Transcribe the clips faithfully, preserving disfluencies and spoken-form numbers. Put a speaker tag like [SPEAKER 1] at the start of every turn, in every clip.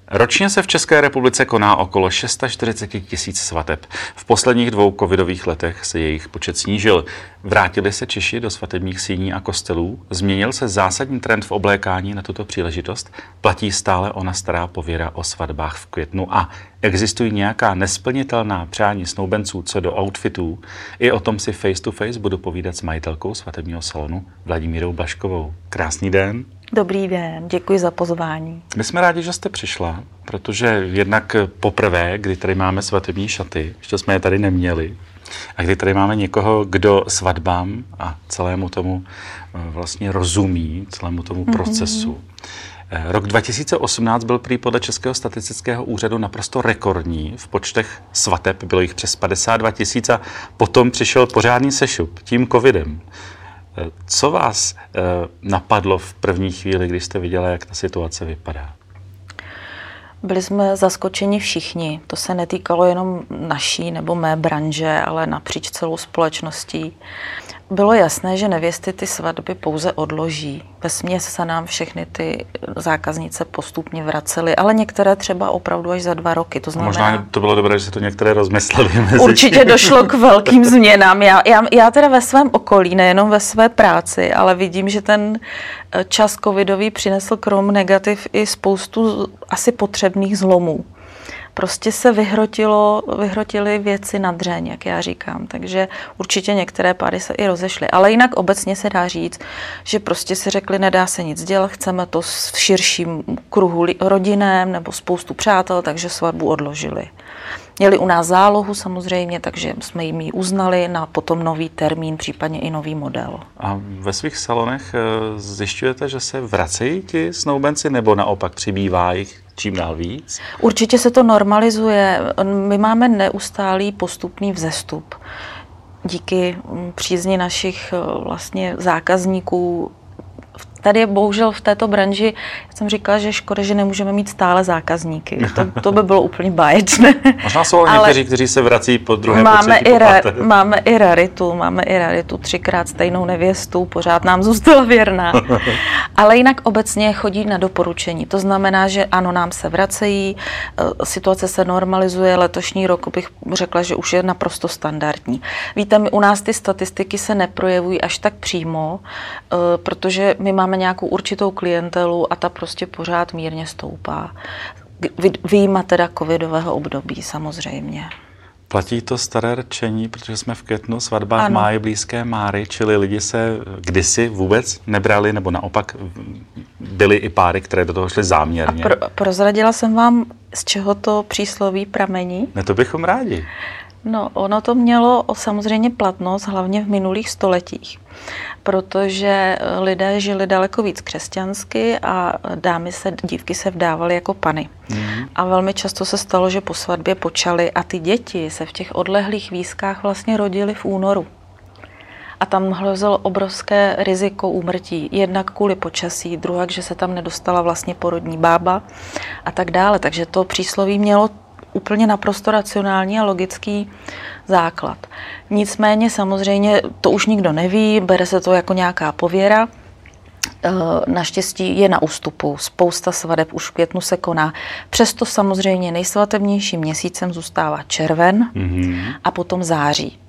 [SPEAKER 1] Ročně se v České republice koná okolo čtyřicet šest tisíc svateb. V posledních dvou covidových letech se jejich počet snížil. Vrátili se Češi do svatebních síní a kostelů? Změnil se zásadní trend v oblékání na tuto příležitost? Platí stále ona stará pověra o svatbách v květnu? A existují nějaká nesplnitelná přání snoubenců co do outfitů? I o tom si face to face budu povídat s majitelkou svatebního salonu Vladimírou Blažkovou. Krásný den.
[SPEAKER 2] Dobrý den, děkuji za pozvání.
[SPEAKER 1] My jsme rádi, že jste přišla, protože jednak poprvé, kdy tady máme svatební šaty, ještě jsme je tady neměli, a kdy tady máme někoho, kdo svatbám a celému tomu vlastně rozumí, celému tomu mm-hmm. procesu. Rok dva tisíce osmnáct byl prý podle Českého statistického úřadu naprosto rekordní. V počtech svateb bylo jich přes padesát dva tisíc a potom přišel pořádný sešup tím covidem. Co vás eh, napadlo v první chvíli, když jste viděla, jak ta situace vypadá?
[SPEAKER 2] Byli jsme zaskočeni všichni. To se netýkalo jenom naší nebo mé branže, ale napříč celou společností. Bylo jasné, že nevěsty ty svatby pouze odloží. Vesměs se nám všechny ty zákaznice postupně vracely, ale některé třeba opravdu až za dva roky. To znamená,
[SPEAKER 1] možná to bylo dobré, že se to některé rozmysleli.
[SPEAKER 2] Určitě došlo k velkým změnám. Já, já, já teda ve svém okolí, nejenom ve své práci, ale vidím, že ten čas covidový přinesl krom negativ i spoustu asi potřebných zlomů. Prostě se vyhrotilo, vyhrotily věci na dřeň, jak já říkám. Takže určitě některé páry se i rozešly. Ale jinak obecně se dá říct, že prostě si řekli, nedá se nic dělat, chceme to v širším kruhu rodinném nebo spoustu přátel, takže svatbu odložili. Měli u nás zálohu samozřejmě, takže jsme jim ji uznali na potom nový termín, případně i nový model.
[SPEAKER 1] A ve svých salonech zjišťujete, že se vracejí ti snoubenci, nebo naopak přibývá jich čím dál víc?
[SPEAKER 2] Určitě se to normalizuje. My máme neustálý postupný vzestup. Díky přízni našich vlastně zákazníků. Tady je bohužel v této branži, já jsem říkala, že škoda, že nemůžeme mít stále zákazníky. To, to by bylo úplně báječné.
[SPEAKER 1] Možná jsou ale někteří, kteří se vrací po druhé,
[SPEAKER 2] máme
[SPEAKER 1] po třetí,
[SPEAKER 2] i ra,
[SPEAKER 1] po
[SPEAKER 2] Máme i raritu, máme i raritu, třikrát stejnou nevěstu, pořád nám zůstala věrná. Ale jinak obecně chodí na doporučení. To znamená, že ano, nám se vracejí, situace se normalizuje, letošní rok bych řekla, že už je naprosto standardní. Víte, my u nás ty statistiky se neprojevují až tak přímo, protože my máme Máme nějakou určitou klientelu a ta prostě pořád mírně stoupá. Vyjma teda covidového období samozřejmě.
[SPEAKER 1] Platí to staré rčení, protože jsme v květnu, svatba v máji blízké Máry, čili lidi se kdysi vůbec nebrali, nebo naopak byly i páry, které do toho šly záměrně.
[SPEAKER 2] A pro, prozradila jsem vám, z čeho to přísloví pramení?
[SPEAKER 1] Ne, to bychom rádi.
[SPEAKER 2] No, ono to mělo samozřejmě platnost hlavně v minulých stoletích, protože lidé žili daleko víc křesťansky a dámy se, dívky se vdávaly jako pany. Mm. A velmi často se stalo, že po svatbě počaly a ty děti se v těch odlehlých výskách vlastně rodily v únoru. A tam hrozilo obrovské riziko úmrtí. Jednak kvůli počasí, druhak, že se tam nedostala vlastně porodní bába a tak dále. Takže to přísloví mělo úplně naprosto racionální a logický základ. Nicméně samozřejmě to už nikdo neví, bere se to jako nějaká pověra. Naštěstí je na ústupu, spousta svateb už v květnu se koná. Přesto samozřejmě nejsvatebnějším měsícem zůstává červen mm-hmm. a potom září.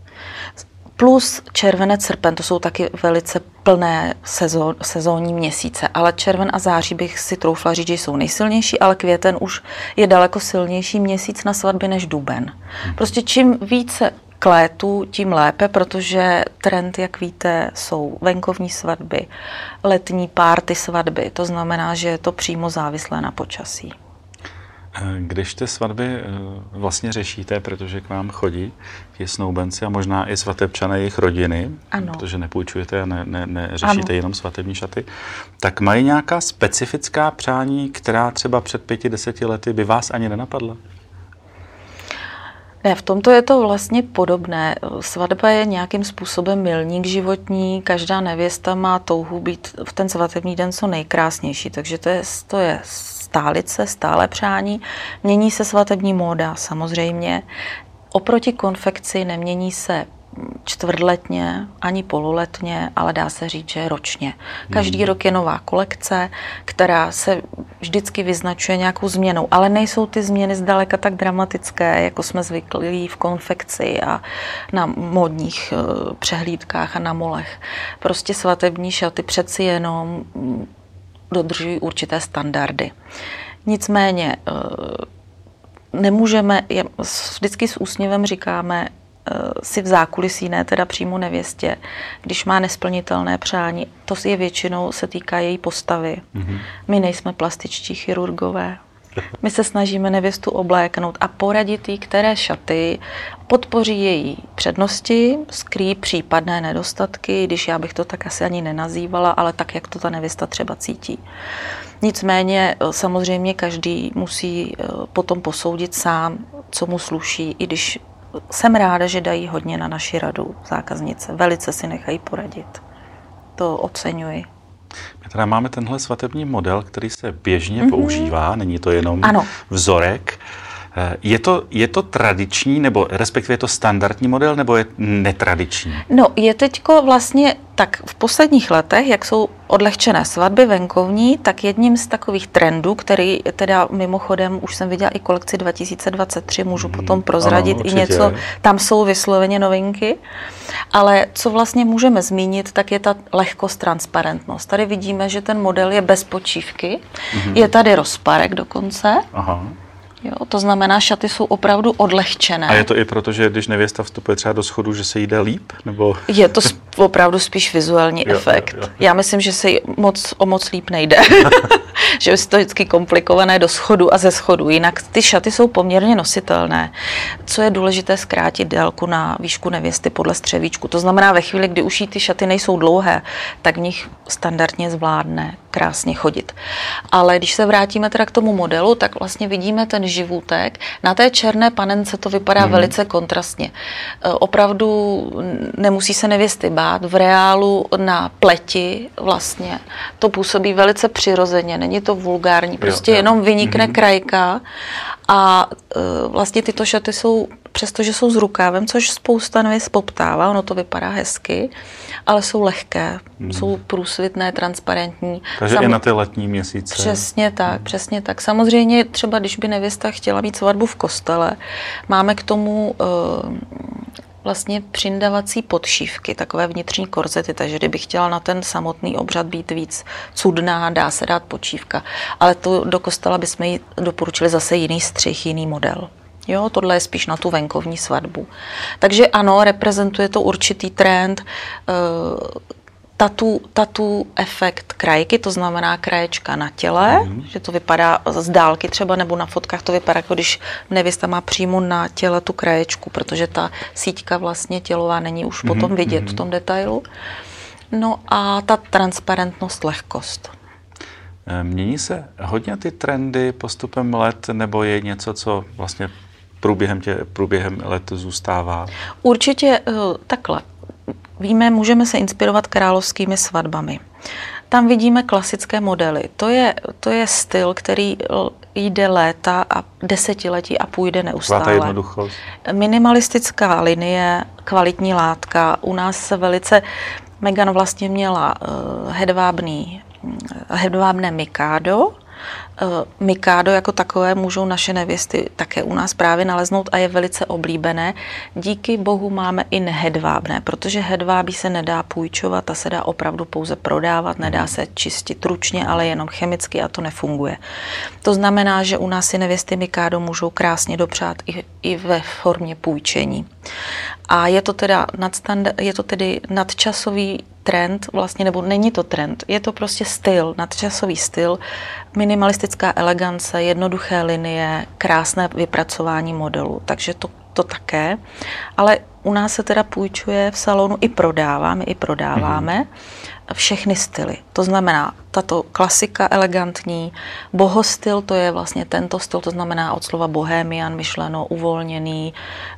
[SPEAKER 2] Plus červenec, srpen, to jsou taky velice plné sezón, sezónní měsíce, ale červen a září bych si troufla říct, že jsou nejsilnější, ale květen už je daleko silnější měsíc na svatby než duben. Prostě čím více klétů, tím lépe, protože trend, jak víte, jsou venkovní svatby, letní párty svatby, to znamená, že je to přímo závislé na počasí.
[SPEAKER 1] Když ty svatby vlastně řešíte, protože k vám chodí ti snoubenci a možná i svatebčané jejich rodiny, ano. protože nepůjčujete a ne, ne, neřešíte ano. jenom svatební šaty, tak mají nějaká specifická přání, která třeba před pěti, deseti lety by vás ani nenapadla?
[SPEAKER 2] Ne, v tomto je to vlastně podobné. Svatba je nějakým způsobem milník životní, každá nevěsta má touhu být v ten svatební den co nejkrásnější, takže to je, to je stálice, stále přání. Mění se svatební móda samozřejmě. Oproti konfekci nemění se čtvrtletně, ani pololetně, ale dá se říct, že ročně. Každý hmm. rok je nová kolekce, která se vždycky vyznačuje nějakou změnou, ale nejsou ty změny zdaleka tak dramatické, jako jsme zvyklí v konfekci a na módních přehlídkách a na molech. Prostě svatební šaty přeci jenom dodržují určité standardy. Nicméně nemůžeme, vždycky s úsměvem říkáme si v zákulisí, ne teda přímo nevěstě, když má nesplnitelné přání, to je většinou se týká její postavy. Mm-hmm. My nejsme plastičtí chirurgové. My se snažíme nevěstu obléknout a poradit jí, které šaty podpoří její přednosti, skrýjí případné nedostatky, když já bych to tak asi ani nenazývala, ale tak, jak to ta nevěsta třeba cítí. Nicméně samozřejmě každý musí potom posoudit sám, co mu sluší, i když jsem ráda, že dají hodně na naši radu zákaznice. Velice si nechají poradit. To oceňuji.
[SPEAKER 1] My teda máme tenhle svatební model, který se běžně mm-hmm. používá, není to jenom ano. vzorek. Je to, je to tradiční, nebo respektive je to standardní model, nebo je netradiční?
[SPEAKER 2] No, je teďko vlastně tak v posledních letech, jak jsou odlehčené svatby venkovní, tak jedním z takových trendů, který teda mimochodem, už jsem viděla i kolekci dva tisíce dvacet tři, můžu mm, potom prozradit ano, i něco, tam jsou vysloveně novinky, ale co vlastně můžeme zmínit, tak je ta lehkost, transparentnost. Tady vidíme, že ten model je bez počívky, mm. je tady rozparek dokonce. Aha. Jo, to znamená, šaty jsou opravdu odlehčené.
[SPEAKER 1] A je to i proto, že když nevěsta vstupuje třeba do schodu, že se jí jde líp? Nebo...
[SPEAKER 2] Je to opravdu spíš vizuální jo, efekt. Jo, jo. Já myslím, že se jí moc, o moc líp nejde. Že je to vždycky komplikované do schodu a ze schodu. Jinak ty šaty jsou poměrně nositelné. Co je důležité, zkrátit délku na výšku nevěsty podle střevíčku. To znamená, ve chvíli, kdy už jí ty šaty nejsou dlouhé, tak v nich standardně zvládne krásně chodit. Ale když se vrátíme teda k tomu modelu, tak vlastně vidíme ten živůtek. Na té černé panence to vypadá hmm. velice kontrastně. Opravdu nemusí se nevěsty bát. V reálu na pleti vlastně to působí velice přirozeně. Není to vulgární. Prostě jo, jo. jenom vynikne hmm. krajka a vlastně tyto šaty jsou, přestože jsou s rukávem, což spousta nevěst poptává, ono to vypadá hezky, ale jsou lehké, hmm. jsou průsvitné, transparentní.
[SPEAKER 1] Takže Sam... i na ty letní měsíce.
[SPEAKER 2] Přesně tak, hmm. přesně tak. Samozřejmě třeba, když by nevěsta chtěla mít svatbu v kostele, máme k tomu uh, vlastně přindavací podšívky, takové vnitřní korzety, takže kdyby chtěla na ten samotný obřad být víc cudná, dá se dát podšívka. Ale to do kostela bychom jí doporučili zase jiný střih, jiný model. Jo, tohle je spíš na tu venkovní svatbu. Takže ano, reprezentuje to určitý trend, tatu, tatu efekt krajky, to znamená kraječka na těle, mm. že to vypadá z dálky třeba, nebo na fotkách to vypadá, jako když nevěsta má přímo na těle tu kraječku, protože ta síťka vlastně tělová není už mm. potom vidět mm. v tom detailu. No a ta transparentnost, lehkost.
[SPEAKER 1] Mění se hodně ty trendy postupem let, nebo je něco, co vlastně průběhem, tě, průběhem let zůstává?
[SPEAKER 2] Určitě takhle. Víme, můžeme se inspirovat královskými svatbami. Tam vidíme klasické modely. To je, to je styl, který jde léta a desetiletí a půjde neustále. Minimalistická linie, kvalitní látka. U nás se velice... Meghan vlastně měla uh, hedvábný, hedvábné mikádo. Mikádo jako takové můžou naše nevěsty také u nás právě naleznout a je velice oblíbené. Díky bohu máme i nehedvábné, protože hedvábí se nedá půjčovat a se dá opravdu pouze prodávat, nedá se čistit ručně, ale jenom chemicky a to nefunguje. To znamená, že u nás si nevěsty mikádo můžou krásně dopřát i, i ve formě půjčení. A je to teda nadstanda- je to tedy nadčasový trend, vlastně, nebo není to trend, je to prostě styl, nadčasový styl, minimalistická elegance, jednoduché linie, krásné vypracování modelu, takže to, to také. Ale u nás se teda půjčuje v salonu i prodává, my i prodáváme mm-hmm. všechny styly. To znamená, tato klasika elegantní, bohostyl, to je vlastně tento styl, to znamená od slova bohemian, myšleno uvolněný,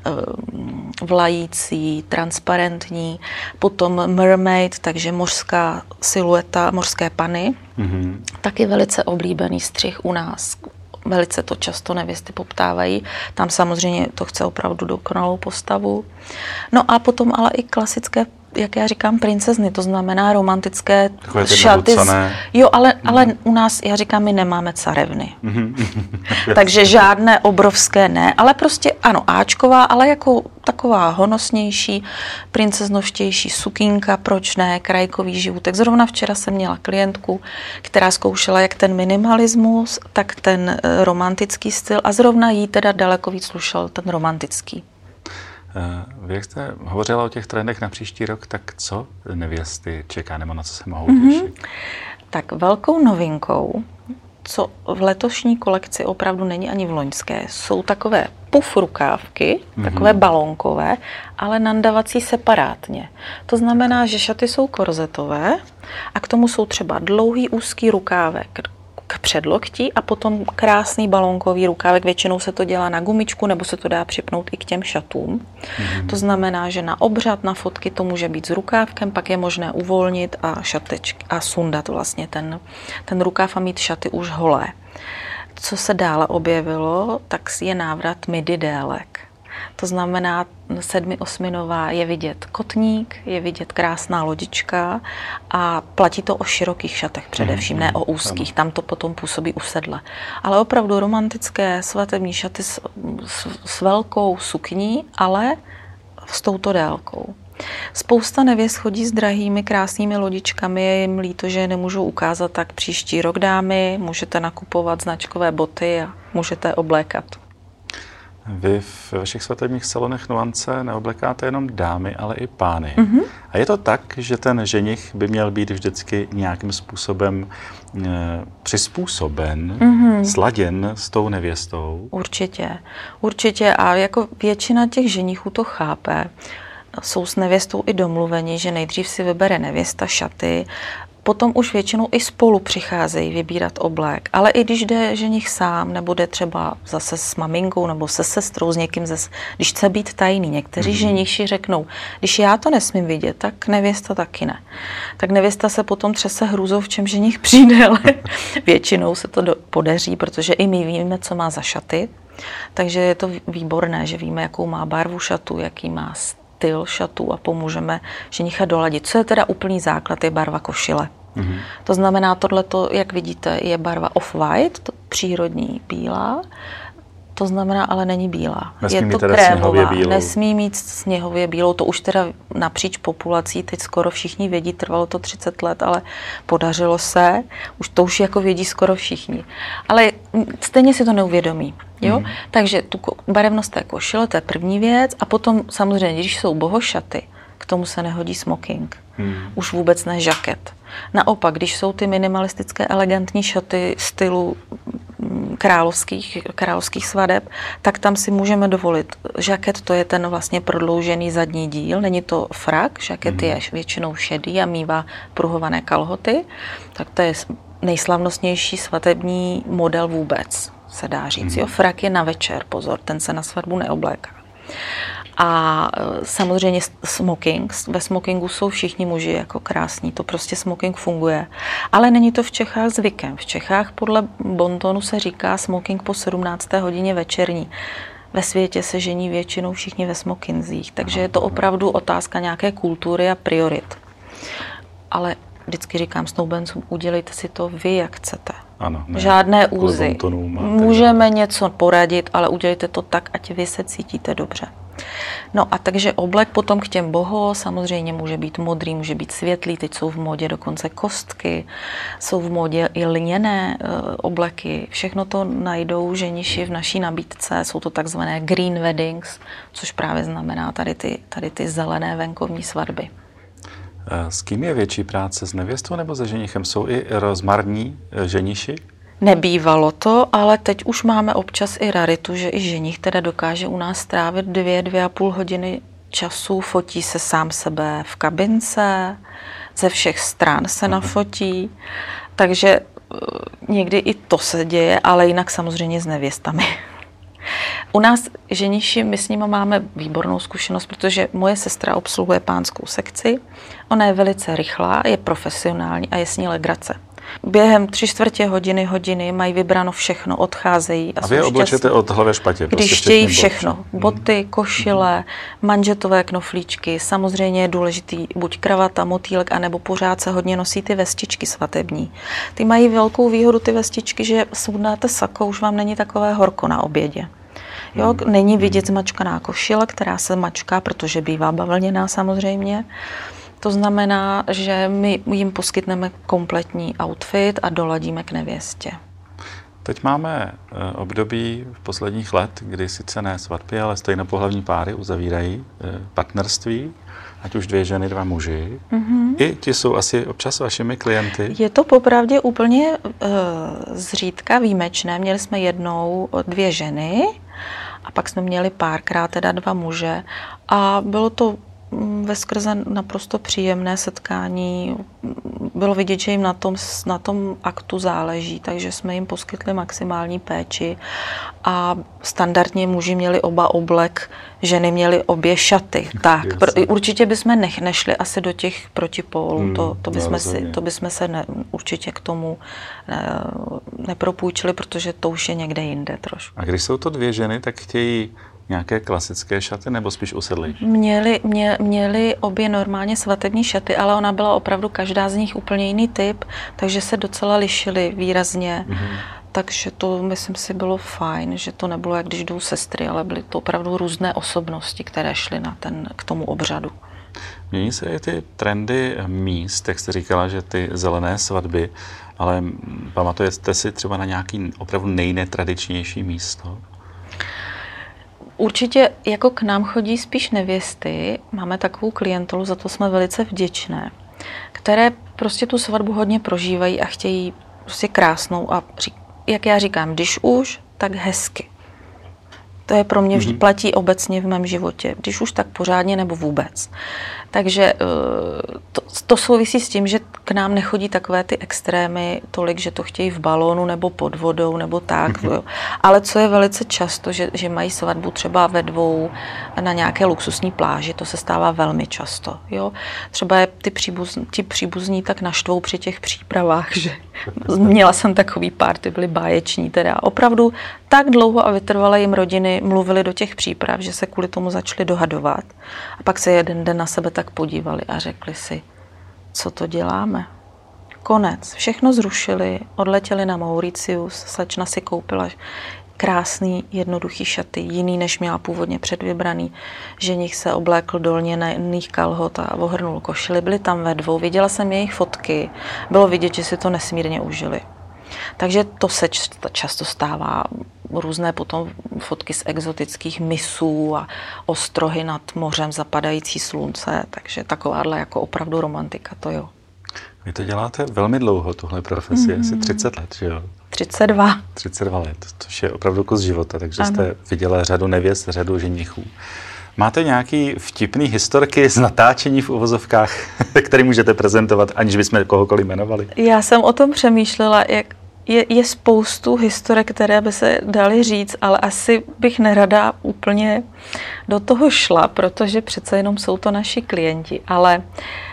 [SPEAKER 2] vlající, transparentní. Potom mermaid, takže mořská silueta, mořské pany. Mm-hmm. Taky velice oblíbený střih u nás. velice to často nevěsty poptávají. Tam samozřejmě to chce opravdu dokonalou postavu. No a potom ale i klasické, jak já říkám, princezny, to znamená romantické
[SPEAKER 1] takové
[SPEAKER 2] šaty. Z... Jo, ale,
[SPEAKER 1] mm.
[SPEAKER 2] ale u nás, já říkám, my nemáme carevny. Takže žádné obrovské ne, ale prostě ano, áčková, ale jako taková honosnější, princeznoštější sukínka, proč ne, krajkový živutek. Zrovna včera jsem měla klientku, která zkoušela jak ten minimalismus, tak ten romantický styl a zrovna jí teda daleko víc slušel ten romantický.
[SPEAKER 1] Vy, jak jste hovořila o těch trendech na příští rok, tak co nevěsty čeká, nebo na co se mohou
[SPEAKER 2] mm-hmm.
[SPEAKER 1] těšit?
[SPEAKER 2] Tak velkou novinkou, co v letošní kolekci opravdu není ani v loňské, jsou takové puf rukávky, mm-hmm. takové balonkové, ale nandavací separátně. To znamená, že šaty jsou korzetové a k tomu jsou třeba dlouhý úzký rukávek k předloktí a potom krásný balonkový rukávek. Většinou se to dělá na gumičku nebo se to dá připnout i k těm šatům. Mm-hmm. To znamená, že na obřad, na fotky to může být s rukávkem, pak je možné uvolnit a šatečky a sundat vlastně ten, ten rukáv a mít šaty už holé. Co se dále objevilo, tak je návrat midi délek. To znamená, sedmi osminová je vidět kotník, je vidět krásná lodička a platí to o širokých šatech především, ne o úzkých, tam to potom působí usedle. Ale opravdu romantické svatební šaty s, s, s velkou sukní, ale s touto délkou. Spousta nevěst chodí s drahými, krásnými lodičkami, je jim líto, že je nemůžou ukázat, tak příští rok, dámy, můžete nakupovat značkové boty a můžete oblékat.
[SPEAKER 1] Vy v vašich svatebních salonech Nuance neoblekáte jenom dámy, ale i pány. Mm-hmm. A je to tak, že ten ženich by měl být vždycky nějakým způsobem e, přizpůsoben, mm-hmm. sladěn s tou nevěstou?
[SPEAKER 2] Určitě, určitě a jako většina těch ženichů to chápe. Jsou s nevěstou i domluveni, že nejdřív si vybere nevěsta šaty, potom už většinou i spolu přicházejí vybírat oblék, ale i když jde ženich sám, nebo jde třeba zase s maminkou nebo se sestrou, s někým, zase, když chce být tajný. Někteří mm-hmm. ženiši řeknou, když já to nesmím vidět, tak nevěsta taky ne. Tak nevěsta se potom třese hrůzou, v čem ženich přijde, ale většinou se to do, podaří, protože i my víme, co má za šaty, takže je to výborné, že víme, jakou má barvu šatu, jaký má styl šatů a pomůžeme ženicha doladit. Co je teda úplný základ, je barva košile. Mm-hmm. To znamená, tohleto, jak vidíte, je barva off-white, to přírodní bílá, to znamená, ale není bílá.
[SPEAKER 1] Nesmí
[SPEAKER 2] je to
[SPEAKER 1] teda
[SPEAKER 2] krémová,
[SPEAKER 1] bílou. Nesmí
[SPEAKER 2] mít sněhově bílou, to už teda napříč populací, teď skoro všichni vědí, trvalo to třicet let, ale podařilo se, už to už jako vědí skoro všichni. Ale stejně si to neuvědomí. Jo? Mm. Takže tu barevnost té košile, to je první věc a potom samozřejmě, když jsou bohošaty, k tomu se nehodí smoking. Mm. Už vůbec ne žaket. Naopak, když jsou ty minimalistické elegantní šaty stylu královských, královských svadeb, tak tam si můžeme dovolit. Žaket, to je ten vlastně prodloužený zadní díl, není to frak, žaket mm. je většinou šedý a mívá pruhované kalhoty, tak to je nejslavnostnější svatební model vůbec, se dá říct. Jo, frak je na večer, pozor, ten se na svatbu neobléká. A samozřejmě smoking, ve smokingu jsou všichni muži jako krásní, to prostě smoking funguje. Ale není to v Čechách zvykem. V Čechách podle bontonu se říká smoking po sedmnácté hodině večerní. Ve světě se žení většinou všichni ve smokinzích, takže je to opravdu otázka nějaké kultury a priorit. Ale vždycky říkám snoubencům, udělejte si to vy, jak chcete.
[SPEAKER 1] Ano, ne,
[SPEAKER 2] žádné úzy. Můžeme něco poradit, ale udělejte to tak, ať vy se cítíte dobře. No a takže oblek potom k těm boho samozřejmě může být modrý, může být světlý, teď jsou v modě dokonce kostky, jsou v modě i lněné e, obleky, všechno to najdou ženiši v naší nabídce, jsou to takzvané green weddings, což právě znamená tady ty, tady ty zelené venkovní svatby.
[SPEAKER 1] S kým je větší práce, s nevěstou nebo se ženichem? Jsou i rozmarní ženiši?
[SPEAKER 2] Nebývalo to, ale teď už máme občas i raritu, že i ženich teda dokáže u nás strávit dvě, dvě a půl hodiny času, fotí se sám sebe v kabince, ze všech stran se nafotí, takže někdy i to se děje, ale jinak samozřejmě s nevěstami. U nás ženiši, my s nimi máme výbornou zkušenost, protože moje sestra obsluhuje pánskou sekci, ona je velice rychlá, je profesionální a je s ní legrace. Během tři čtvrtě hodiny, hodiny mají vybráno všechno, odcházejí. A,
[SPEAKER 1] a vy je oblečete od hlavy špatě.
[SPEAKER 2] Když
[SPEAKER 1] prostě
[SPEAKER 2] chtějí všechno.
[SPEAKER 1] Boč.
[SPEAKER 2] Boty, košile, mm. manžetové knoflíčky. Samozřejmě je důležitý buď kravata, motýlek, anebo pořád se hodně nosí ty vestičky svatební. Ty mají velkou výhodu ty vestičky, že sundáte sako, už vám není takové horko na obědě. Jo, není vidět zmačkaná košile, která se mačká, protože bývá bavlněná samozřejmě. To znamená, že my jim poskytneme kompletní outfit a doladíme k nevěstě.
[SPEAKER 1] Teď máme období v posledních let, kdy sice ne svatby, ale stejnopohlavní páry uzavírají partnerství, ať už dvě ženy, dva muži. Mm-hmm. I ti jsou asi občas vašimi klienty.
[SPEAKER 2] Je to popravdě úplně uh, zřídka výjimečné. Měli jsme jednou dvě ženy a pak jsme měli párkrát teda dva muže a bylo to veskrze naprosto příjemné setkání. Bylo vidět, že jim na tom, na tom aktu záleží, takže jsme jim poskytli maximální péči a standardně muži měli oba oblek, ženy měly obě šaty. Tak, Jasně. určitě bychom nech, nešli asi do těch protipólů, hmm, to, to, bychom si, to bychom se ne, určitě k tomu ne, nepropůjčili, protože to už je někde jinde trošku.
[SPEAKER 1] A když jsou to dvě ženy, tak chtějí nějaké klasické šaty nebo spíš usedlejší?
[SPEAKER 2] Měli, mě, měli obě normálně svatební šaty, ale ona byla opravdu každá z nich úplně jiný typ, takže se docela lišily výrazně. Mm-hmm. Takže to, myslím si, bylo fajn, že to nebylo, jak když jdou sestry, ale byly to opravdu různé osobnosti, které šly na ten, k tomu obřadu.
[SPEAKER 1] Mění se i ty trendy míst, jak jste říkala, že ty zelené svatby, ale pamatujete si třeba na nějaký opravdu nejnetradičnější místo?
[SPEAKER 2] Určitě jako k nám chodí spíš nevěsty, máme takovou klientelu, za to jsme velice vděčné, které prostě tu svatbu hodně prožívají a chtějí prostě krásnou a jak já říkám, když už, tak hezky. To je pro mě vždy platí obecně v mém životě, když už tak pořádně nebo vůbec. Takže to, to souvisí s tím, že k nám nechodí takové ty extrémy tolik, že to chtějí v balónu nebo pod vodou nebo tak. Jo. Ale co je velice často, že, že mají svatbu třeba ve dvou na nějaké luxusní pláži, to se stává velmi často. Jo. Třeba je ty příbuzní, ti příbuzní tak naštvou při těch přípravách, že měla jsem takový pár, ty byly báječní, teda opravdu tak dlouho a vytrvale jim rodiny mluvili do těch příprav, že se kvůli tomu začali dohadovat. A pak se jeden den na sebe tak podívali a řekli si, co to děláme. Konec. Všechno zrušili, odletěli na Mauricius, slečna si koupila krásný, jednoduchý šaty, jiný, než měla původně předvybraný. Ženich se oblékl do lněných kalhot a ohrnul košili. Byli tam ve dvou, viděla jsem jejich fotky, bylo vidět, že si to nesmírně užili. Takže to se často stává, různé potom fotky z exotických misů a ostrohy nad mořem, zapadající slunce, takže takováhle jako opravdu romantika, to jo.
[SPEAKER 1] Vy to děláte velmi dlouho, tuhle profesi, mm-hmm. asi třicet let, že jo?
[SPEAKER 2] třicet dva.
[SPEAKER 1] třicet dva let, což je opravdu kus života, takže ano. Jste viděla řadu nevěst, řadu ženichů. Máte nějaký vtipný historky z natáčení v uvozovkách, který můžete prezentovat, aniž bychom kohokoliv jmenovali?
[SPEAKER 2] Já jsem o tom přemýšlela, jak je, je spoustu historek, které by se daly říct, ale asi bych nerada úplně do toho šla, protože přece jenom jsou to naši klienti, ale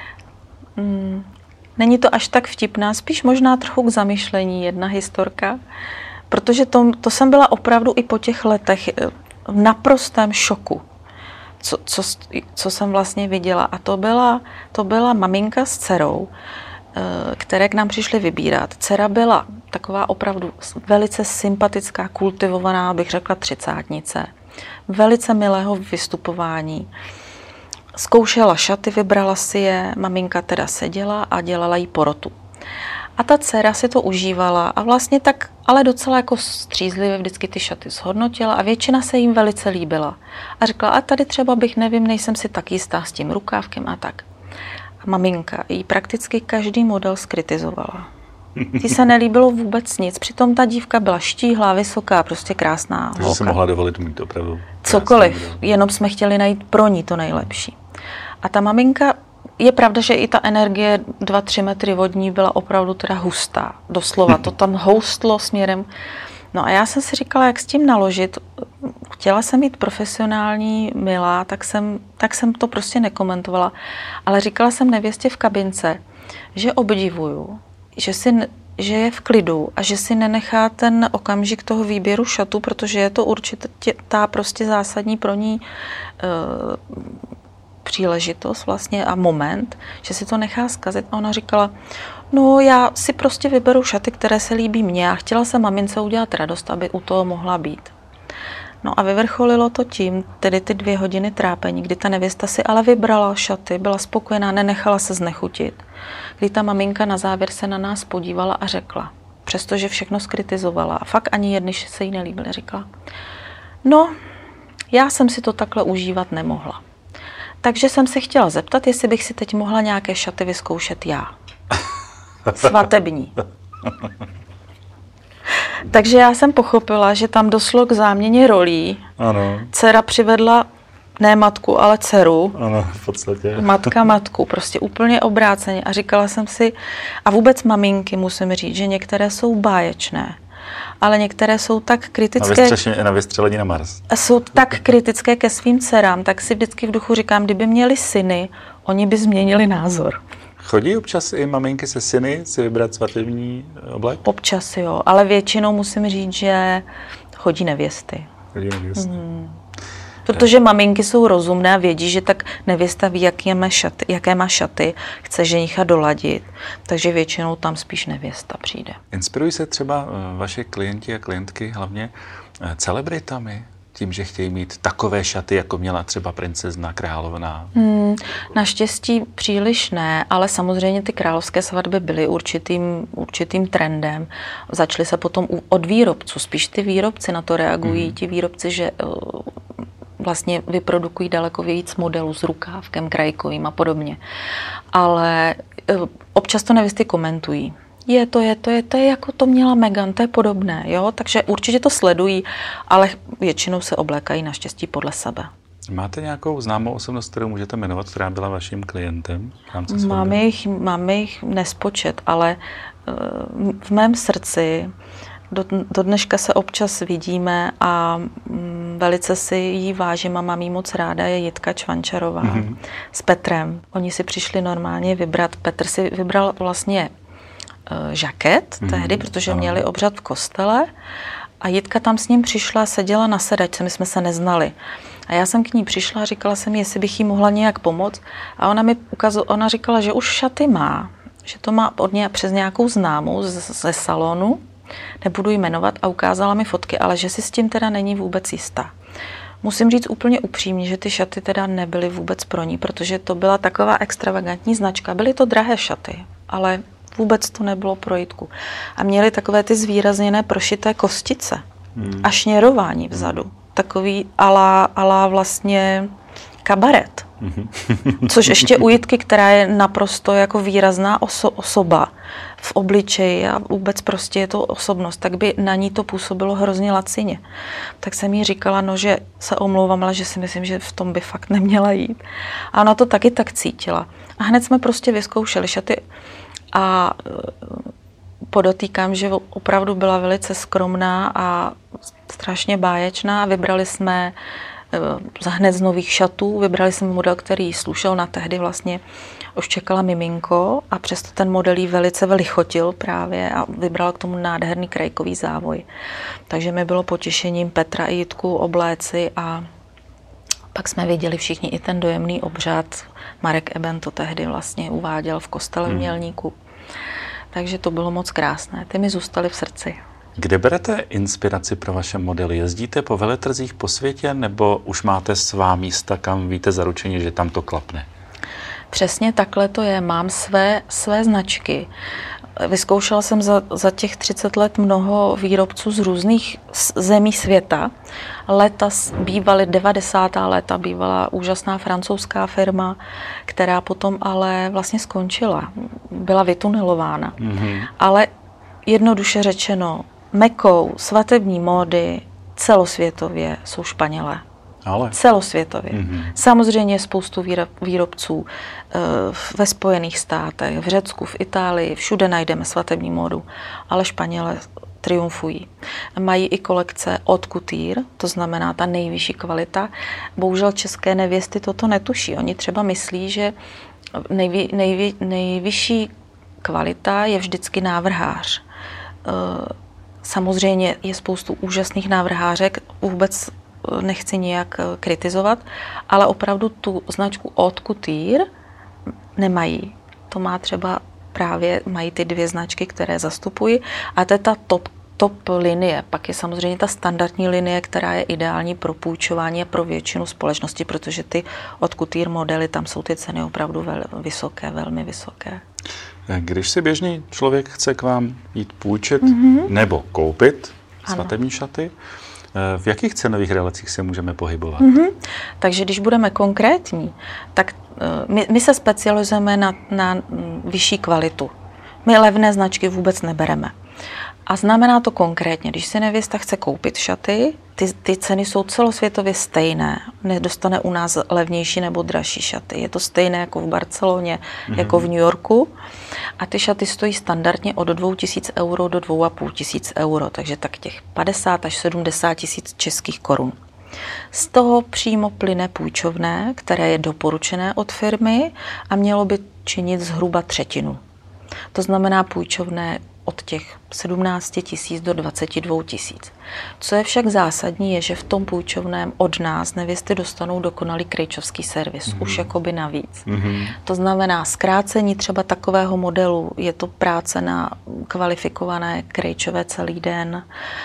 [SPEAKER 2] mm, není to až tak vtipná, spíš možná trochu k zamyšlení jedna historka, protože to, to jsem byla opravdu i po těch letech v naprostém šoku. Co, co, co jsem vlastně viděla. A to byla, to byla maminka s dcerou, které k nám přišly vybírat. Dcera byla taková opravdu velice sympatická, kultivovaná, bych řekla třicátnice. Velice milého vystupování. Zkoušela šaty, vybrala si je, maminka teda seděla a dělala jí porotu. A ta dcera si to užívala a vlastně tak, ale docela jako střízlivě vždycky ty šaty zhodnotila a většina se jim velice líbila. A řekla, a tady třeba bych, nevím, nejsem si tak jistá s tím rukávkem a tak. A maminka jí prakticky každý model skritizovala. Jí se nelíbilo vůbec nic, přitom ta dívka byla štíhlá, vysoká, prostě krásná
[SPEAKER 1] Takže se mohla dovolit mít opravdu
[SPEAKER 2] cokoliv, jenom jsme chtěli najít pro ní to nejlepší. A ta maminka, je pravda, že i ta energie dva tři metry vodní byla opravdu teda hustá. Doslova to tam houstlo směrem. No a já jsem si říkala, jak s tím naložit. Chtěla jsem být profesionální, milá, tak jsem, tak jsem to prostě nekomentovala. Ale říkala jsem nevěstě v kabince, že obdivuju, že si že je v klidu a že si nenechá ten okamžik toho výběru šatu, protože je to určitá prostě zásadní pro ní uh, příležitost vlastně a moment, že si to nechá zkazit. A ona říkala, no já si prostě vyberu šaty, které se líbí mně a chtěla jsem mamince udělat radost, aby u toho mohla být. No a vyvrcholilo to tím, tedy ty dvě hodiny trápení, kdy ta nevěsta si ale vybrala šaty, byla spokojená, nenechala se znechutit. Kdy ta maminka na závěr se na nás podívala a řekla, přestože všechno skritizovala a fakt ani jedny se jí nelíbily, říkala, no, já jsem si to takhle užívat nemohla. Takže jsem se chtěla zeptat, jestli bych si teď mohla nějaké šaty vyzkoušet já. Svatební. Takže já jsem pochopila, že tam došlo k záměně rolí.
[SPEAKER 1] Ano.
[SPEAKER 2] Dcera přivedla ne matku, ale dceru.
[SPEAKER 1] Ano, v podstatě.
[SPEAKER 2] Matka matku, prostě úplně obráceně. A říkala jsem si, a vůbec maminky musím říct, že některé jsou báječné, ale některé jsou tak kritické.
[SPEAKER 1] Na vystřelení na Mars.
[SPEAKER 2] Jsou tak kritické ke svým dcerám, tak si vždycky v duchu říkám, kdyby měli syny, oni by změnili názor.
[SPEAKER 1] Chodí občas i maminky se syny si vybrat svatební oblek?
[SPEAKER 2] Občas jo, ale většinou musím říct, že chodí nevěsty.
[SPEAKER 1] Chodí nevěsty.
[SPEAKER 2] Hmm. Protože maminky jsou rozumné a vědí, že tak nevěsta ví, jaké má šaty, jaké má šaty, chce ženicha doladit, takže většinou tam spíš nevěsta přijde.
[SPEAKER 1] Inspirují se třeba vaše klienti a klientky hlavně celebritami? Tím, že chtějí mít takové šaty, jako měla třeba princezna královna?
[SPEAKER 2] Hmm, naštěstí příliš ne, ale samozřejmě ty královské svatby byly určitým, určitým trendem. Začaly se potom od výrobců, spíš ty výrobci na to reagují, hmm. ti výrobci, že vlastně vyprodukují daleko víc modelů s rukávkem, krajkovým a podobně. Ale občas to nevěsty komentují. Je to, je to, je to, je jako to měla Meghan, to je podobné, jo? Takže určitě to sledují, ale většinou se oblékají naštěstí podle sebe.
[SPEAKER 1] Máte nějakou známou osobnost, kterou můžete jmenovat, která byla vaším klientem?
[SPEAKER 2] Máme jich, máme jich nespočet, ale v mém srdci do, do dneška se občas vidíme a velice si jí vážím a mám jí moc ráda, je Jitka Čvančarová mm-hmm. s Petrem. Oni si přišli normálně vybrat, Petr si vybral vlastně žaket tehdy, mm, protože ano. měli obřad v kostele a Jitka tam s ním přišla, seděla na sedačce, my jsme se neznali. A já jsem k ní přišla a říkala jsem, jestli bych jí mohla nějak pomoct. A ona mi ukazovala, ona říkala, že už šaty má, že to má od ně, přes nějakou známou ze salonu, nebudu jí jmenovat, a ukázala mi fotky, ale že si s tím teda není vůbec jistá. Musím říct úplně upřímně, že ty šaty teda nebyly vůbec pro ní, protože to byla taková extravagantní značka. Byly to drahé šaty, ale vůbec to nebylo pro Jitku. A měli takové ty zvýrazněné prošité kostice hmm. a šněrování vzadu. Hmm. Takový ala, ala vlastně kabaret. Hmm. Což ještě u Jitky, která je naprosto jako výrazná oso- osoba v obličeji a vůbec prostě je to osobnost, tak by na ní to působilo hrozně lacině. Tak jsem jí říkala, no, že se omlouvám, ale že si myslím, že v tom by fakt neměla jít. A ona to taky tak cítila. A hned jsme prostě vyzkoušeli šaty. A podotýkám, že opravdu byla velice skromná a strašně báječná. Vybrali jsme hned z nových šatů, vybrali jsme model, který slušel na tehdy vlastně, už čekala miminko a přesto ten model jí velice velichotil právě a vybrala k tomu nádherný krajkový závoj. Takže mi bylo potěšením Petra i Jitku obléci a pak jsme viděli všichni i ten dojemný obřad. Marek Eben to tehdy vlastně uváděl v kostele v Mělníku. Takže to bylo moc krásné. Ty mi zůstaly v srdci.
[SPEAKER 1] Kde berete inspiraci pro vaše modely? Jezdíte po veletrzích po světě nebo už máte svá místa, kam víte zaručeně, že tam to klapne?
[SPEAKER 2] Přesně takhle to je. Mám své, své značky. Vyzkoušela jsem za, za těch třicet let mnoho výrobců z různých zemí světa. Leta bývaly devadesátá léta, bývala úžasná francouzská firma, která potom ale vlastně skončila. Byla vytunelována. Mm-hmm. Ale jednoduše řečeno, mekou svatební módy celosvětově jsou Španělé.
[SPEAKER 1] Ale.
[SPEAKER 2] Celosvětově.
[SPEAKER 1] Mm-hmm.
[SPEAKER 2] Samozřejmě je spoustu výrobců ve Spojených státech, v Řecku, v Itálii, všude najdeme svatební módu, ale Španělé triumfují. Mají i kolekce haute couture, to znamená ta nejvyšší kvalita. Bohužel české nevěsty toto netuší. Oni třeba myslí, že nejvy, nejvy, nejvyšší kvalita je vždycky návrhář. samozřejmě je spoustu úžasných návrhářek, vůbec nechci nijak kritizovat, ale opravdu tu značku Haute Couture nemají. To má třeba právě, mají ty dvě značky, které zastupují, a to je ta top, top linie. Pak je samozřejmě ta standardní linie, která je ideální pro půjčování a pro většinu společnosti, protože ty Haute Couture modely, tam jsou ty ceny opravdu vel, vysoké, velmi vysoké. Když
[SPEAKER 1] si běžný člověk chce k vám jít půjčit mm-hmm. nebo koupit svatební šaty, v jakých cenových relacích se můžeme pohybovat? Mm-hmm.
[SPEAKER 2] Takže když budeme konkrétní, tak my, my se specializujeme na, na vyšší kvalitu. My levné značky vůbec nebereme. A znamená to konkrétně, když si nevěsta chce koupit šaty, ty, ty ceny jsou celosvětově stejné. Nedostane u nás levnější nebo dražší šaty. Je to stejné jako v Barceloně, mm-hmm. jako v New Yorku. A ty šaty stojí standardně od dvou tisíc euro do dvou a půl tisíc euro, takže tak těch padesát až sedmdesát tisíc českých korun. Z toho přímo plyne půjčovné, které je doporučené od firmy a mělo by činit zhruba třetinu. To znamená půjčovné od těch sedmnáct tisíc do dvacet dva tisíc. Co je však zásadní, je, že v tom půjčovném od nás nevěsty dostanou dokonalý krejčovský servis, mm-hmm. už jakoby navíc. Mm-hmm. To znamená zkrácení třeba takového modelu, je to práce na kvalifikované krejčové celý den,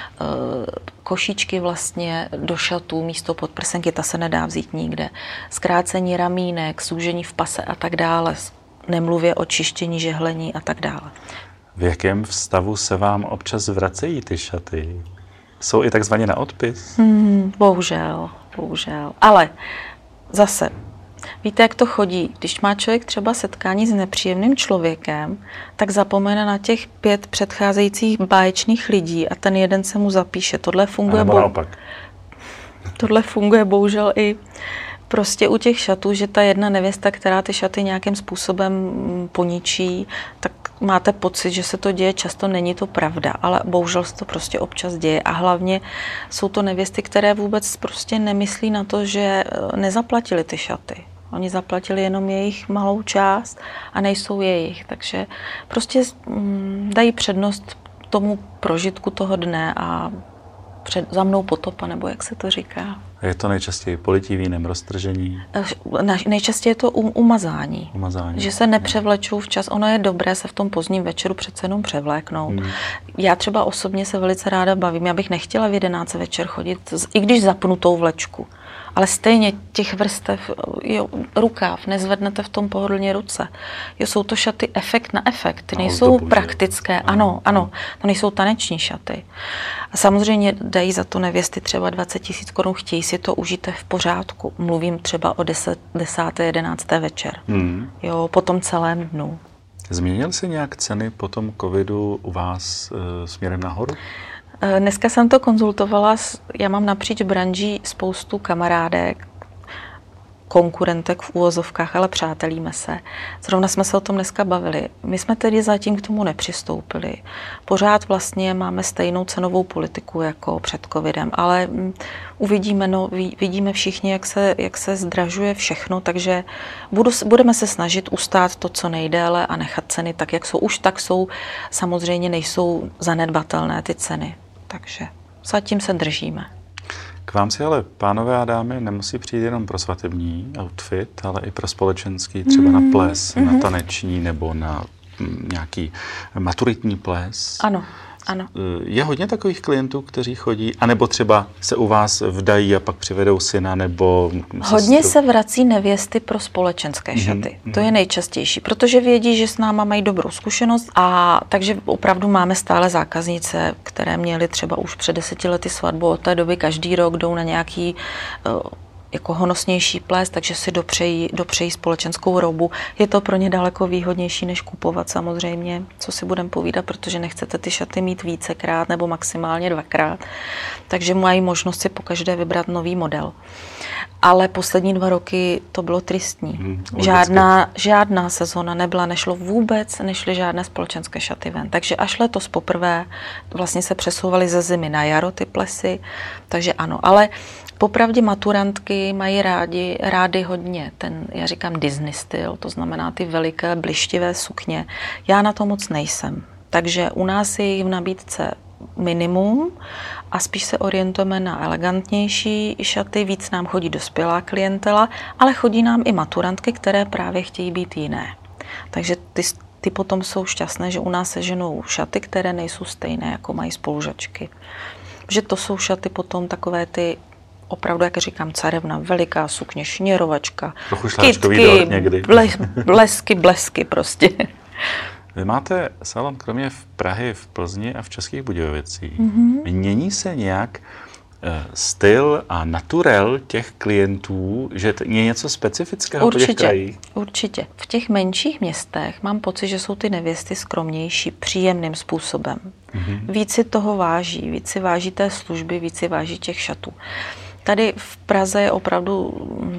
[SPEAKER 2] košíčky vlastně do šatů místo podprsenky, ta se nedá vzít nikde, zkrácení ramínek, zúžení v pase a tak dále, nemluvě o čištění, žehlení a tak dále.
[SPEAKER 1] V jakém stavu se vám občas vracejí ty šaty? Jsou i takzvaně na odpis?
[SPEAKER 2] Hmm, bohužel, bohužel. Ale zase, víte, jak to chodí? Když má člověk třeba setkání s nepříjemným člověkem, tak zapomene na těch pět předcházejících báječných lidí a ten jeden se mu zapíše. Tohle funguje,
[SPEAKER 1] a nebo naopak.
[SPEAKER 2] Tohle funguje bohužel i prostě u těch šatů, že ta jedna nevěsta, která ty šaty nějakým způsobem poničí, tak máte pocit, že se to děje, často není to pravda, ale bohužel se to prostě občas děje a hlavně jsou to nevěsty, které vůbec prostě nemyslí na to, že nezaplatili ty šaty. Oni zaplatili jenom jejich malou část a nejsou jejich, takže prostě dají přednost tomu prožitku toho dne a před, za mnou potopa, nebo jak se to říká.
[SPEAKER 1] Je to nejčastěji polití vínem, roztržení?
[SPEAKER 2] Nejčastěji je to um, umazání.
[SPEAKER 1] umazání.
[SPEAKER 2] Že se nepřevlečou včas. Ono je dobré se v tom pozdním večeru přece jenom převléknout. Hmm. Já třeba osobně se velice ráda bavím. Já bych nechtěla v jedenáct večer chodit, i když zapnutou vlečku. Ale stejně těch vrstev, jo, rukáv, nezvednete v tom pohodlně ruce. Jo, jsou to šaty efekt na efekt, ty nejsou praktické, ano, ano, to nejsou taneční šaty. A samozřejmě dají za to nevěsty třeba dvacet tisíc korun, chtějí si to užít v pořádku. Mluvím třeba o desáté, jedenácté večer, hmm. jo, po tom celém dnu.
[SPEAKER 1] Změnil se nějak ceny po tom covidu u vás e, směrem nahoru?
[SPEAKER 2] Dneska jsem to konzultovala, já mám napříč branží spoustu kamarádek, konkurentek v uvozovkách, ale přátelíme se. Zrovna jsme se o tom dneska bavili. My jsme tedy zatím k tomu nepřistoupili. Pořád vlastně máme stejnou cenovou politiku jako před covidem, ale uvidíme, no, vidíme všichni, jak se, jak se zdražuje všechno, takže budu, budeme se snažit ustát to, co nejdéle a nechat ceny tak, jak jsou. Už tak jsou, samozřejmě nejsou zanedbatelné ty ceny. Takže zatím se držíme.
[SPEAKER 1] K vám si ale, pánové a dámy, nemusí přijít jenom pro svatební outfit, ale i pro společenský, třeba mm, na ples, mm-hmm. na taneční nebo na m, nějaký maturitní ples.
[SPEAKER 2] Ano, ano.
[SPEAKER 1] Je hodně takových klientů, kteří chodí, anebo třeba se u vás vdají a pak přivedou syna, nebo
[SPEAKER 2] hodně
[SPEAKER 1] sestru.
[SPEAKER 2] Se vrací nevěsty pro společenské šaty. Mm-hmm. To je nejčastější, protože vědí, že s náma mají dobrou zkušenost a takže opravdu máme stále zákaznice, které měly třeba už před deseti lety svatbu, od té doby každý rok jdou na nějaký uh, jako honosnější ples, takže si dopřejí, dopřejí společenskou roubu. Je to pro ně daleko výhodnější, než kupovat samozřejmě, co si budeme povídat, protože nechcete ty šaty mít vícekrát nebo maximálně dvakrát. Takže mají možnost si pokaždé vybrat nový model. Ale poslední dva roky to bylo tristní. Hmm, žádná, žádná sezona nebyla, nešlo vůbec, nešly žádné společenské šaty ven. Takže až letos poprvé vlastně se přesouvaly ze zimy na jaro ty plesy, takže ano. Ale popravdě maturantky mají rádi, rády hodně ten, já říkám Disney styl, to znamená ty veliké blištivé sukně. Já na to moc nejsem. Takže u nás je jich v nabídce minimum a spíš se orientujeme na elegantnější šaty, víc nám chodí dospělá klientela, ale chodí nám i maturantky, které právě chtějí být jiné. Takže ty, ty potom jsou šťastné, že u nás se ženou šaty, které nejsou stejné, jako mají spolužačky. Že to jsou šaty potom takové ty opravdu, jak říkám, carevna, veliká sukně, šněrovačka, kytky, bles, blesky, blesky prostě.
[SPEAKER 1] Vy máte salon kromě v Prahy, v Plzni a v Českých Budějovicích. Mm-hmm. Mění se nějak styl a naturel těch klientů, že je něco specifického
[SPEAKER 2] určitě,
[SPEAKER 1] po těch krajích?
[SPEAKER 2] Určitě. V těch menších městech mám pocit, že jsou ty nevěsty skromnější příjemným způsobem. Mm-hmm. Víc si toho váží, víc si váží té služby, víc si váží těch šatů. Tady v Praze je opravdu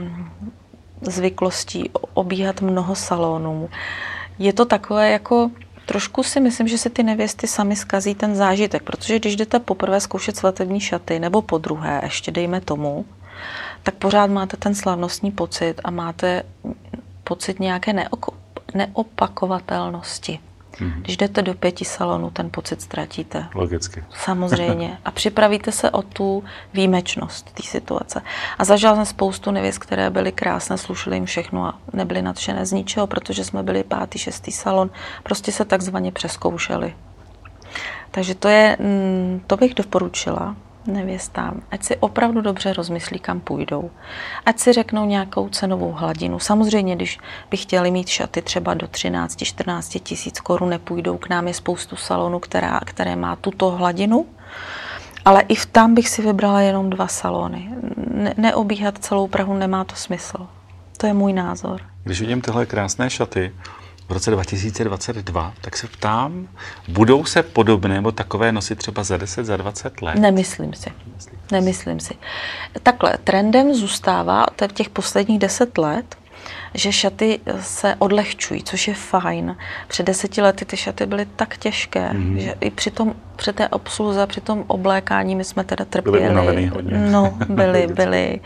[SPEAKER 2] zvyklostí obíhat mnoho salonů. Je to takové jako, trošku si myslím, že si ty nevěsty sami zkazí ten zážitek, protože když jdete poprvé zkoušet svatební šaty, nebo po druhé, ještě dejme tomu, tak pořád máte ten slavnostní pocit a máte pocit nějaké neoko- neopakovatelnosti. Mm-hmm. Když jdete do pěti salonů, ten pocit ztratíte.
[SPEAKER 1] Logicky.
[SPEAKER 2] Samozřejmě. A připravíte se o tu výjimečnost té situace. A zažila jsem spoustu nevěst, které byly krásné, slušely jim všechno a nebyly nadšené z ničeho, protože jsme byli pátý, šestý salon. Prostě se takzvaně přeskoušeli. Takže to je, to bych doporučila nevěstám, ať si opravdu dobře rozmyslí, kam půjdou. Ať si řeknou nějakou cenovou hladinu. Samozřejmě, když by chtěli mít šaty třeba do třináct čtrnáct tisíc korun, nepůjdou k nám, je spoustu salonů, která, které má tuto hladinu, ale i v tam bych si vybrala jenom dva salony. Ne, neobíhat celou Prahu nemá to smysl. To je můj názor.
[SPEAKER 1] Když vidím tyhle krásné šaty v roce dva tisíce dvacet dva, tak se ptám, budou se podobné nebo takové nosit třeba za deset, za dvacet let?
[SPEAKER 2] Nemyslím si. Nemyslím, Nemyslím si. Takhle, trendem zůstává v těch posledních deset let, že šaty se odlehčují, což je fajn. Před deseti lety ty šaty byly tak těžké, mm. že i při, tom, při té obsluze, při tom oblékání my jsme teda trpěli.
[SPEAKER 1] Byli unavený hodně.
[SPEAKER 2] No, byli, byli.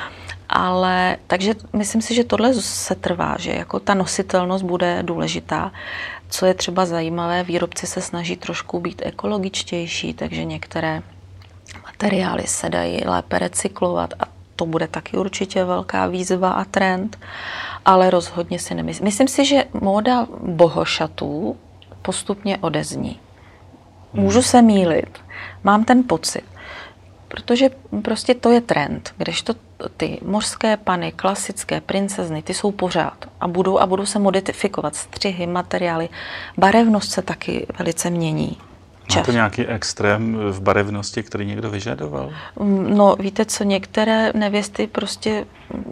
[SPEAKER 2] Ale, takže myslím si, že tohle se trvá, že jako ta nositelnost bude důležitá. Co je třeba zajímavé, výrobci se snaží trošku být ekologičtější, takže některé materiály se dají lépe recyklovat a to bude taky určitě velká výzva a trend, ale rozhodně si nemyslím. Myslím si, že móda bohošatů postupně odezní. Můžu se mýlit, mám ten pocit, protože prostě to je trend, kdežto ty mořské pany, klasické princezny, ty jsou pořád a budou a budou se modifikovat střihy, materiály. Barevnost se taky velice mění.
[SPEAKER 1] Má to nějaký extrém v barevnosti, který někdo vyžadoval?
[SPEAKER 2] No, víte co, některé nevěsty prostě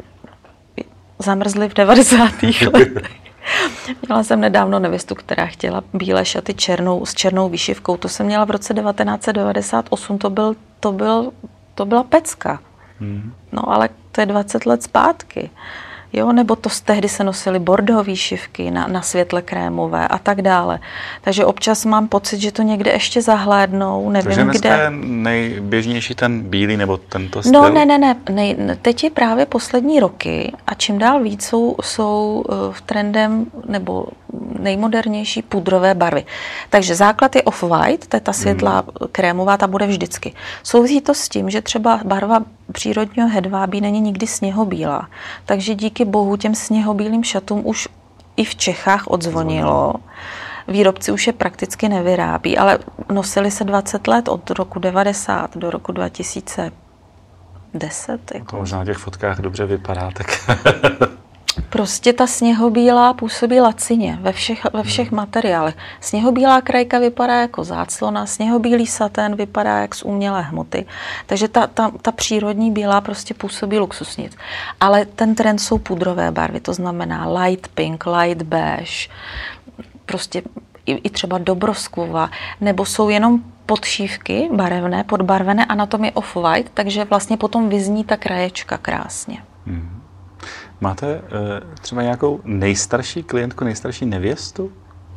[SPEAKER 2] zamrzly v devadesátých letech. Měla jsem nedávno nevěstu, která chtěla bílé šaty černou, s černou výšivkou. To jsem měla v roce devatenáct set devadesát osm, to, byl, to, byl, to byla pecka. Hmm. No ale to je dvacet let zpátky. Jo, nebo to z tehdy se nosily bordeaux výšivky na, na světle krémové a tak dále. Takže občas mám pocit, že to někde ještě zahlédnou, nevím
[SPEAKER 1] Takže dneska
[SPEAKER 2] kde.
[SPEAKER 1] je nejběžnější ten bílý nebo tento styl?
[SPEAKER 2] No ne, ne, ne. Nej, teď je právě poslední roky a čím dál víc jsou, jsou v trendem nebo nejmodernější pudrové barvy. Takže základ je off-white, to je ta světlá hmm. krémová, ta bude vždycky. Souvisí to s tím, že třeba barva přírodního hedvábí není nikdy sněhobílá. Takže díky bohu těm sněhobílým šatům už i v Čechách odzvonilo. Výrobci už je prakticky nevyrábí, ale nosili se dvacet let od roku devadesát do roku dva tisíce deset. Jako.
[SPEAKER 1] To možná na těch fotkách dobře vypadá, tak...
[SPEAKER 2] Prostě ta sněhobílá působí lacině ve všech, ve všech hmm. materiálech. Sněhobílá krajka vypadá jako záclona, sněhobílý satén vypadá jak z umělé hmoty. Takže ta, ta, ta přírodní bílá prostě působí luxusnic. Ale ten trend jsou pudrové barvy, to znamená light pink, light beige, prostě i, i třeba dobroskvova, nebo jsou jenom podšívky barevné, podbarvené a na tom je off-white, takže vlastně potom vyzní ta kraječka krásně. Hmm.
[SPEAKER 1] Máte třeba nějakou nejstarší klientku, nejstarší nevěstu?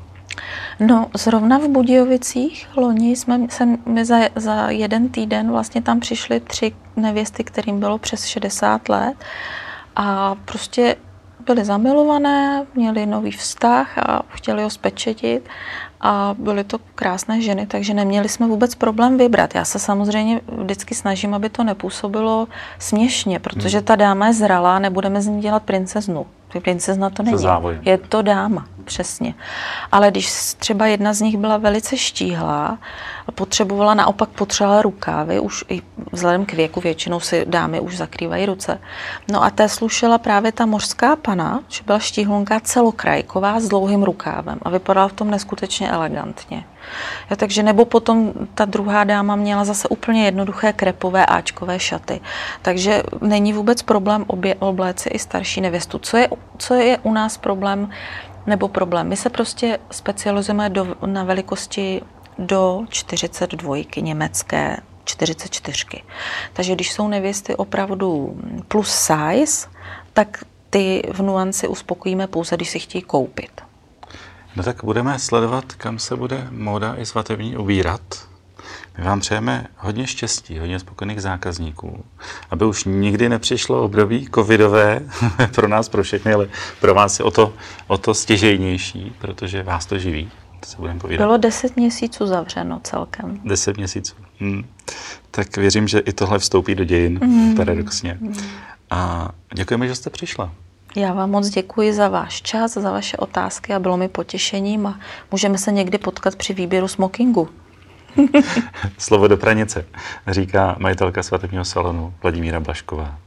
[SPEAKER 2] No, zrovna v Budějovicích loni jsme sem, my za, za jeden týden vlastně tam přišly tři nevěsty, kterým bylo přes šedesát let a prostě byly zamilované, měli nový vztah a chtěli ho zpečetit a byly to krásné ženy, takže neměli jsme vůbec problém vybrat. Já se samozřejmě vždycky snažím, aby to nepůsobilo směšně, protože ta dáma je zralá, nebudeme z ní dělat princeznu. Princezna to není, je to dáma, přesně. Ale když třeba jedna z nich byla velice štíhlá, potřebovala, naopak potřebovala rukávy, už i vzhledem k věku většinou si dámy už zakrývají ruce. No a té slušela právě ta mořská pana, že byla štíhlonká celokrajková s dlouhým rukávem a vypadala v tom neskutečně elegantně. Ja, takže nebo potom ta druhá dáma měla zase úplně jednoduché krepové áčkové šaty. Takže není vůbec problém obě obléci i starší nevěstu. Co je, co je u nás problém nebo problém? My se prostě specializujeme do, na velikosti do čtyřicet dva německé, čtyřicet čtyři. Takže když jsou nevěsty opravdu plus size, tak ty v nuanci uspokojíme pouze, když si chtějí koupit.
[SPEAKER 1] No tak budeme sledovat, kam se bude móda i svatební ubírat. My vám přejeme hodně štěstí, hodně spokojených zákazníků, aby už nikdy nepřišlo období covidové pro nás, pro všechny, ale pro vás je o to, o to stěžejnější, protože vás to živí. To se budeme povídat.
[SPEAKER 2] Bylo deset měsíců zavřeno celkem.
[SPEAKER 1] Deset měsíců. Hmm. Tak věřím, že i tohle vstoupí do dějin, mm. paradoxně. Mm. A děkujeme, že jste přišla.
[SPEAKER 2] Já vám moc děkuji za váš čas, za vaše otázky a bylo mi potěšením a můžeme se někdy potkat při výběru smokingu.
[SPEAKER 1] Slovo do pranice, říká majitelka svatebního salonu Vladimíra Blažková.